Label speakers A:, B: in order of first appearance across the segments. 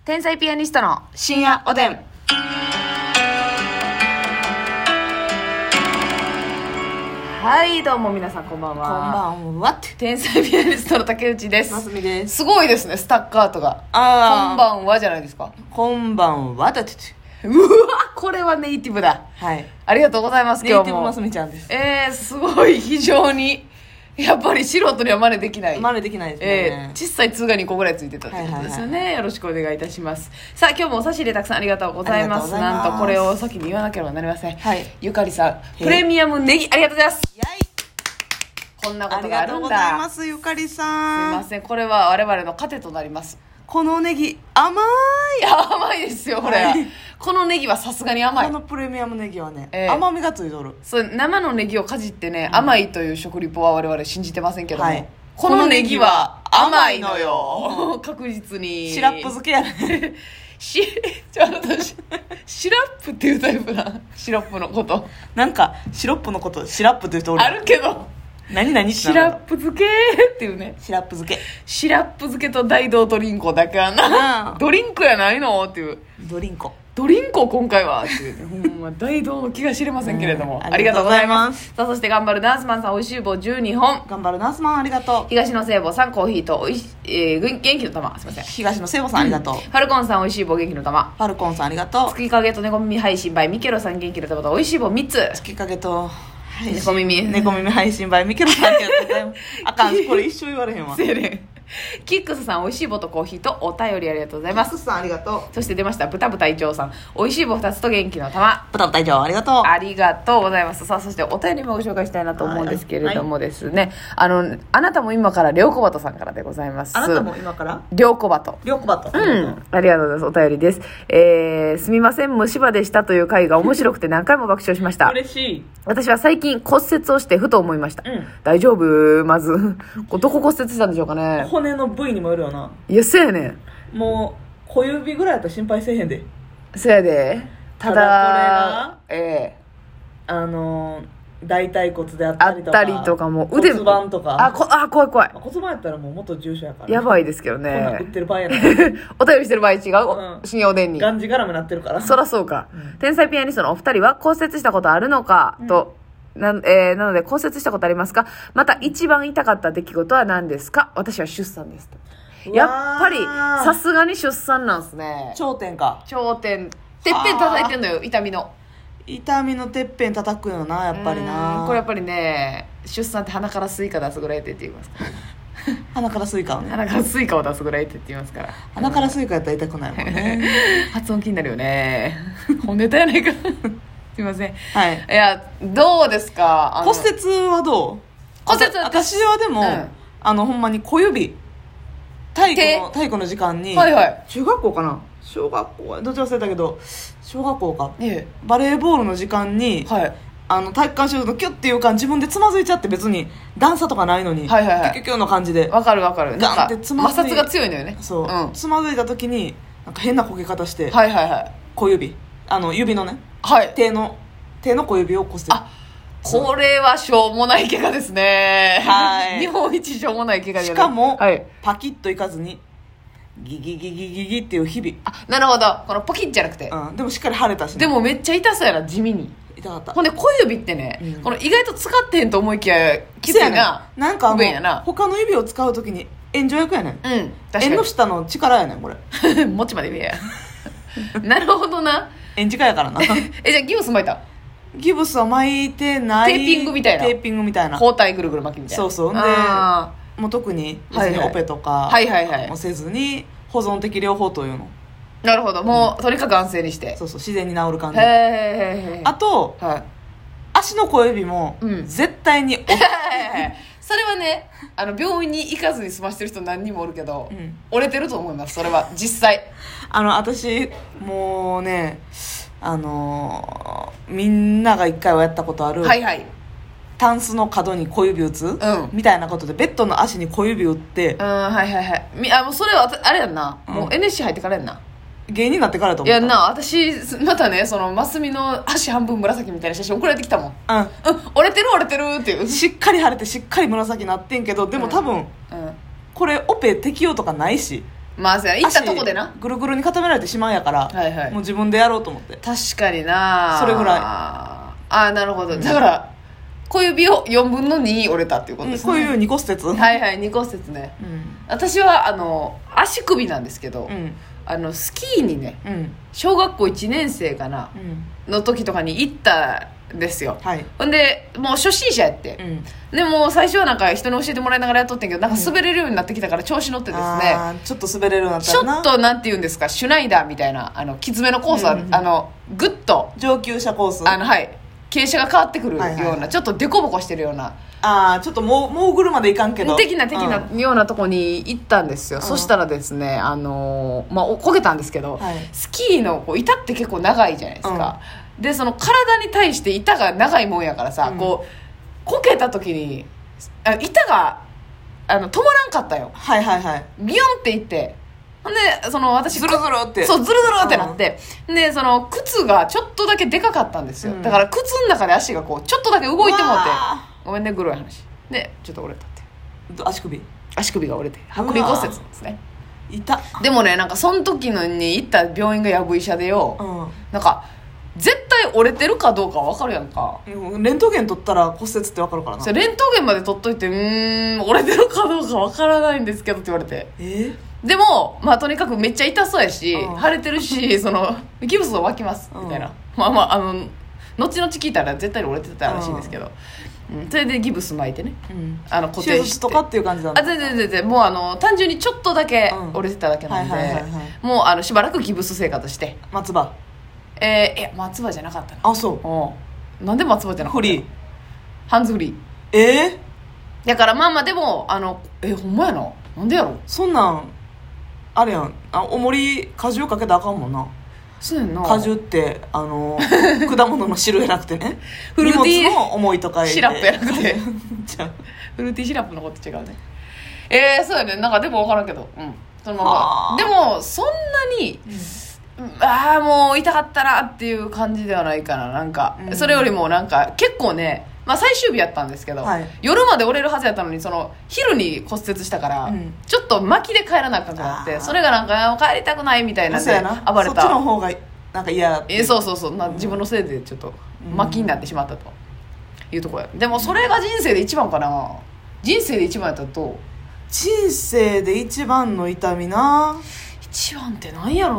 A: 天才ピアニストの深夜おでん。はいどうも皆さんこんばんは。
B: こんばんは。
A: 天才ピアニストの竹内です。
B: ますみです。
A: すごいですね、スタッカートが。こんばんはじゃないですか。
B: こんばんはだって。
A: うわ、これはネイティブだ。
B: はい。
A: ありがとうございます。
B: ネイ
A: 今日も
B: ティブますみちゃんです。
A: すごい、非常にやっぱり素人には真似できない。
B: 真似できないですね。
A: 小さい通が2個ぐらいついてたってことですよね、よろしくお願いいたします。さあ今日もお差し入れたくさんありがとうございます。なんとこれを先に言わなければなりません。
B: はい。
A: ゆかりさんプレミアムネギありがとうございます。
B: やい。
A: こんなことがあるんだ。
B: ありがとうございますゆかりさん。
A: すいません、これは我々の糧となります。
B: このネギ甘い。
A: 甘いですよこれ、はい、このネギはさすがに甘い。
B: このプレミアムネギはね、甘みがついとる。
A: そう、生のネギをかじってね、甘いという食リポは我々信じてませんけども、はい、このネギは甘いのよ確実に。
B: シラップ漬けやね
A: シラップっていうタイプな。シロップのこと
B: なんかシロップのことシラップって言うとおる
A: あるけど、
B: 何
A: シラップ漬けっていうね。
B: シラップ漬け。
A: シラップ漬けと大道ドリンコだけはな、ドリンクやないのっていう。
B: ドリンコ
A: 今回はっていう、ね、ほんま大道の気が知れませんけれども、ありがとうございます。さあそして頑張るナースマンさん、おいしい棒12本。
B: 頑張るナースマンありがとう。
A: 東野聖母さん、コーヒーと元気の玉、すいません。
B: 東野聖母さんありがとう。
A: ファルコンさん、おいしい棒元気の玉。
B: ファルコンさんありがとう。
A: 月影と猫耳配信 by ミケロさん、元気の玉とおいしい棒3つ。
B: 月影と
A: 猫耳
B: 配信 by ミケロさんありがとうございますあかん、これ一生言われへんわ。
A: せやねん。キックスさん、おいしい棒とコーヒーとお便りありがとうございます。
B: キックスさんありがとう。
A: そして出ましたブタブタイチョウさん、おいしい棒2つと元気の玉。
B: ブタブタイチョウありがとう。
A: ありがとうございます。さあそしてお便りもご紹介したいなと思うんですけれどもですね、あなたも今からりょうこばとさんからでございます。
B: あなたも今から
A: りょうこばと
B: ありがとう。
A: ありがとうございます。お便りです。すみません、虫歯でしたという回が面白くて何回も爆笑しました
B: 嬉しい。
A: 私は最近骨折をしてふと思いました、大丈夫？まずどこ骨折したんでしょうかね。
B: 骨の部位にもよるよな。
A: いや、そうやね
B: ん。もう小指ぐらいやったら心配せえへんで。
A: そうやで。ただこれが
B: 大腿骨であったりとか
A: もう腕
B: 骨盤とか
A: 怖い
B: 骨盤やったらもうもっと重症やから、
A: やばいですけどね。
B: こんなん売ってる場合やな
A: お便りしてる場合違う、深夜おでんに
B: がんじがらめなってるから。
A: そらそうか、天才ピアニストのお二人は骨折したことあるのか、となので骨折したことありますか。また一番痛かった出来事は何ですか。私は出産ですと。やっぱりさすがに出産なんすね。
B: 頂点か。
A: 頂点、てっぺん叩いてんのよ。痛みの
B: てっぺん叩くよな、やっぱりな。
A: これやっぱりね、出産って鼻からスイカ出すぐらいって言いますから
B: 鼻からスイカをね、
A: 鼻からスイカを出すぐらいって言いますから。
B: 鼻からスイカやったら痛くないもんね
A: 発音気になるよね。本ネタやないかすいません。
B: はい。
A: いや、どうですか
B: 骨折はどう。
A: 骨折は
B: 私はでも、ほんまに小指体育の時間に、中学校かな、小学校はどっち忘れたけど、小学校か、バレーボールの時間に、体育館シュートのキュッていう感じ、自分でつまずいちゃって、別に段差とかないのに、キュキュの感じで
A: わかるガンって摩擦が強いのよね。
B: そう、つまずいた時になんか変なこけ方して、小指指のね、手の小指を骨折。
A: これはしょうもない怪我ですね。日本一しょうもない怪我で、
B: しかも、パキッといかずにギギギギギギっていう日々。
A: なるほど、このポキッじゃなくて、
B: でもしっかり腫れたし、
A: でもめっちゃ痛そうやな、地味に
B: 痛かった。
A: ほんで小指ってね、この意外と使ってへんと思いきやきついな。
B: なんか他の指を使うときに援助役やねん。縁の下の力やねんこれ
A: 持ちまで言えやなるほどな、
B: 縁近やからなじゃ
A: あギブス巻いた。
B: ギブスは巻いてない。
A: テーピングみたいな包帯ぐるぐる巻きみたいな。
B: そうでもう特にオペとかもせずに保存的療法というの。
A: なるほど、もうとにかく安静にして、
B: そう自然に治る感じ。
A: あ
B: と、足の小指も絶対に
A: それはね、病院に行かずに済ましてる人何人もおるけど、折れてると思います。それは実際
B: 私もうね、みんなが一回はやったことある、タンスの角に小指打つ、みたいなことでベッドの足に小指打って、
A: もうそれはあれやんな、もう NSC 入ってからやんな。
B: 芸人になってからと思った。
A: いやな、私またね、そのマスミの足半分紫みたいな写真送られてきたもん。折れてるっていう。
B: しっかり腫れてしっかり紫になってんけど、でも多分、これオペ適用とかないし、
A: まあそうや行ったとこでな
B: ぐるぐるに固められてしまうんやから、
A: はいはい、
B: もう自分でやろうと思って。
A: 確かにな
B: それぐらい。
A: あ、なるほど、だから小指を4分の2折れたっていうことですね、
B: 小指2骨折。
A: はいはい、2骨折ね、私は足首なんですけど、スキーにね、小学校1年生かな、の時とかに行ったんですよ、はい、ほんでもう初心者やって、でも最初はなんか人に教えてもらいながらやっとってんけど、なんか滑れるようになってきたから調子乗ってですね、
B: ちょっと滑れるようになったらな、
A: ちょっとなんて言うんですか、シュナイダーみたいなきつめのコースは、グッと
B: 上級者コース、
A: はい傾斜が変わってくるような、ちょっとデコボコしてるような、
B: ちょっともうぐるまでいかんけど
A: 的なようなとこに行ったんですよ、そしたらですねこけたんですけど、スキーの板って結構長いじゃないですか、でその体に対して板が長いもんやからさ、こけた時に板が止まらんかったよ、
B: はいはいはい、
A: ビヨンっていって、ほんで私
B: ズルズルって
A: そうズルズルってなって、で靴がちょっとだけでかかったんですよ、だから靴の中で足がこうちょっとだけ動いてもって、ごめんねグロい話でちょっと折れたって、足首が折れて剥離骨折ですね、
B: 痛
A: でもね、なんかその時に行った病院がやぶ医者でよ、なんか絶対折れてるかどうか分かるやんか、
B: レントゲン取ったら骨折って分かるからな、
A: レントゲンまで取っといて折れてるかどうか分からないんですけどって言われて、でも、とにかくめっちゃ痛そうやし、腫れてるしギブスを巻きますみたいな、後々聞いたら絶対に折れてたらしいんですけど、それでギブス巻いてね、固定して
B: 手術とかっていう感じなんだ。
A: 全然もう単純にちょっとだけ折れてただけなんで、もうしばらくギブス生活して。
B: 松葉
A: いや松葉じゃなかったな。
B: あ、そう
A: なんで松葉じゃなかった、
B: フリー
A: ハンズフリー、だからでもほんまやな、なんでやろ、
B: そんなんあれやん、重り果汁かけたらあかんもんな。
A: そうやんな、
B: 果汁って果物の汁やなくてね
A: フルーティー
B: 荷物の重いとか
A: シラップやなくて
B: じゃあ
A: フルーティーシラップのこと違うね。そうやね、なんかでも分からんけど、そのままでもそんなに、もう痛かったなっていう感じではないかな。なんか、それよりもなんか結構ね、最終日やったんですけど、夜まで折れるはずやったのに昼に骨折したから、ちょっと巻きで帰らなあかんくなって、それがなんか帰りたくないみたいなんで暴れた。
B: そっちの方がなんか嫌。
A: そう自分のせいでちょっと巻きになってしまったというところや。でもそれが人生で一番かな。人生で一番やったらどう？
B: 人生で一番の痛みな。
A: 一番ってなんやろ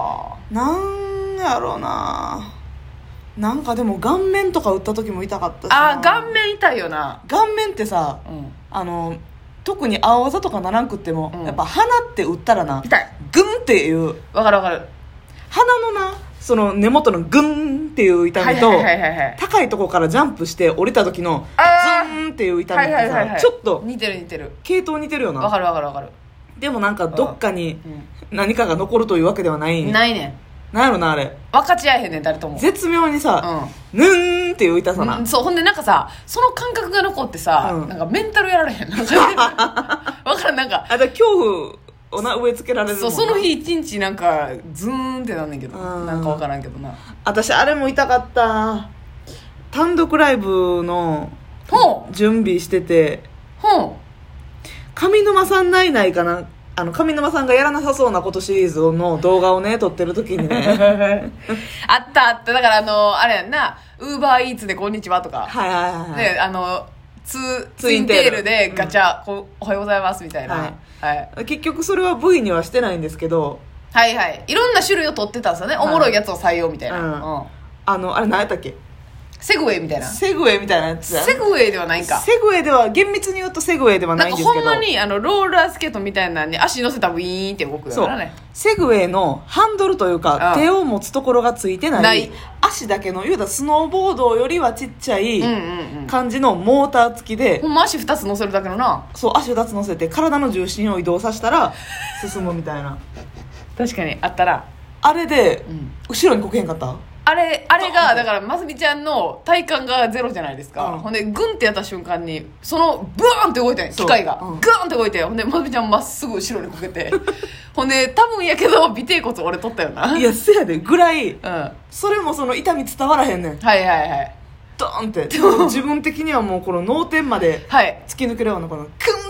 B: な。なんかでも顔面とか打った時も痛かったしな。
A: 顔面痛いよな。
B: 顔面ってさ、特に青あざとかならんくっても、やっぱ鼻って打ったらな、
A: 痛い、
B: グンっていう、
A: わかる
B: 鼻のな、その根元のグンっていう痛みと、高いとこからジャンプして降りた時のズンっていう痛みってさ、ちょっと
A: 似てる
B: 系統似てるよな。
A: わかる。
B: でもなんかどっかに何かが残るというわけではない。
A: ないねん。
B: なんやろな、あれ
A: 分かち合えへんねん、誰とも。
B: 絶妙にさ、ぬーんっていう痛さな。
A: そう、ほんでなんかさ、その感覚が残ってさ、なんかメンタルやられへん。なんか分からん、なんか
B: 恐怖をな植え付けられるもんな。
A: その日一日なんかズーンってなんねんけど、なんか分からんけどな。
B: 私あれも痛かった。単独ライブの準備してて、上沼さんないかな、上沼さんがやらなさそうなことシリーズの動画をね撮ってる時にね
A: あっただからあれやんな、ウーバーイーツでこんにちはとか、でツインテールでガチャ、おはようございますみたいな、
B: 結局それは V にはしてないんですけど、
A: いろんな種類を撮ってたんですよね、おもろいやつを採用みたいな、
B: あれ何やったっけ、
A: セグウェイみたいな。
B: セグウェイみたいなやつ。
A: セグウェイではないんか。
B: セグウェイでは、厳密に言うとセグウェイではないんですけど。
A: なんかほんまにローラースケートみたいなのに足乗せたらウィーンって動くからね。
B: セグウェイのハンドルというか、手を持つところがついてない。足だけの、言うたらスノーボードよりはちっちゃい感じのモーター付きで。
A: ほんま足2つ乗せるだけのな。
B: そう、足2つ乗せて体の重心を移動させたら進むみたいな。
A: 確かに、あったら。
B: あれで、後ろにこけへんかった？
A: あれがだからますみちゃんの体感がゼロじゃないですか、ほんでグンってやった瞬間にブーンって動いて機械が、グーンって動いて、ほんでますみちゃんまっすぐ後ろにこけてほんで多分やけど尾てい骨折れとったよな。
B: いやせやでぐらい、それもその痛み伝わらへんねん。ドーンって。でも自分的にはもうこの脳天まで突き抜けるようなこのクンっ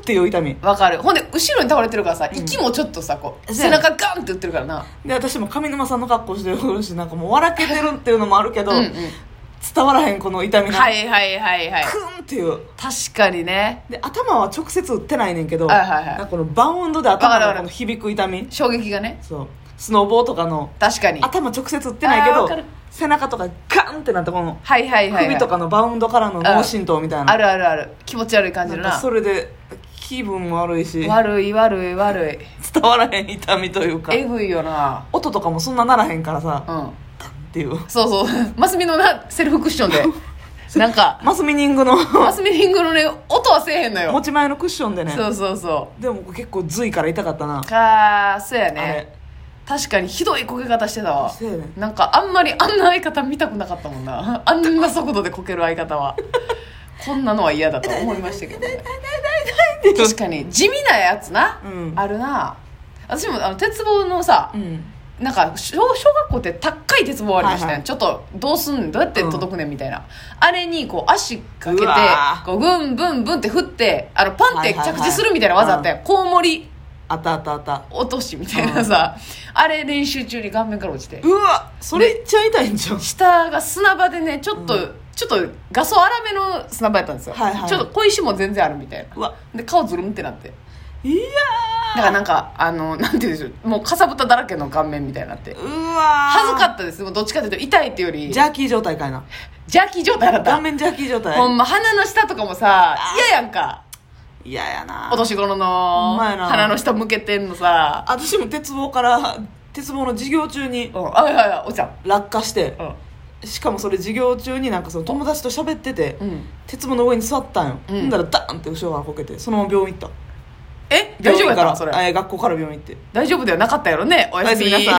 B: っていう痛み
A: わかる。ほんで後ろに倒れてるからさ、息もちょっとさこう背中ガンって打ってるからな。
B: で私も上沼さんの格好してるし、なんかもう笑けてるっていうのもあるけど
A: うん、
B: 伝わらへんこの痛みが、
A: はいはいはいはい、
B: クンっていう。
A: 確かにね。
B: で頭は直接打ってないねんけど、
A: はいはいはい、
B: なんかこのバウンドで頭のこの響く痛み、
A: 衝撃がね。
B: そうスノーボーとかの
A: 確かに
B: 頭直接打ってないけど背中とかガンってなって、この
A: はいはいはい、はい、
B: 首とかのバウンドからの脳震盪みたいな、
A: あるあるある、気持ち悪い感じの
B: なんかそれで気分も悪いし、
A: 悪い悪い悪い、
B: 伝わらへん痛みというか、
A: えぐいよな。
B: 音とかもそんなならへんからさ、
A: うん
B: っていう、
A: そうそうマスミのなセルフクッションでなんか
B: マスミニングの
A: マスミリングのね音はせえへんのよ、
B: 持ち前のクッションでね。
A: そうそうそ
B: でも結構髄から痛かったな。
A: そうやね。確かにひどいこけ方してたわ。
B: そうやね。
A: なんかあんまりあんな相方見たくなかったもんなあんな速度でこける相方はこんなのは嫌だと思いましたけどね確かに地味なやつな、
B: うん、
A: あるな。私も鉄棒のさ、なんか小学校って高い鉄棒ありましたね、はいはい、ちょっとどうやって届くねんみたいな、あれにこう足かけてこうブンブンブンって振ってパンって着地するみたいな技あったやん、コウモリ
B: あった
A: 落としみたいなさ、あれ練習中に顔面から落ちて、
B: うわそれめっちゃ痛いんじゃん。
A: 下が砂場でねちょっと画素粗めの砂場やったんですよ、はいはい、ちょっと小石も全然あるみたいな。うわで顔ズルンってなって、
B: いや
A: だからなんかなんて言うんでしょう、もうかさぶただらけの顔面みたいになって、
B: うわ
A: 恥ずかったです。もうどっちかというと痛いっていうより
B: ジャーキー状態かいな。
A: ジャーキー状態だった。
B: 顔面ジャーキー状態。
A: ほんま鼻の下とかもさ嫌やんか。
B: 嫌やな。
A: お年頃の鼻の下向けてんのさ。
B: 私も鉄棒の授業中に
A: はいはいはい、お茶
B: 落下して、しかもそれ授業中になんかその友達と喋ってて、鉄棒の上に座ったんよ、ほんだらダーンって後ろからこけてそのまま病院行った。
A: 大丈夫やった
B: それ学校から病院行って。
A: 大丈夫ではなかったやろね。おやすみなさい。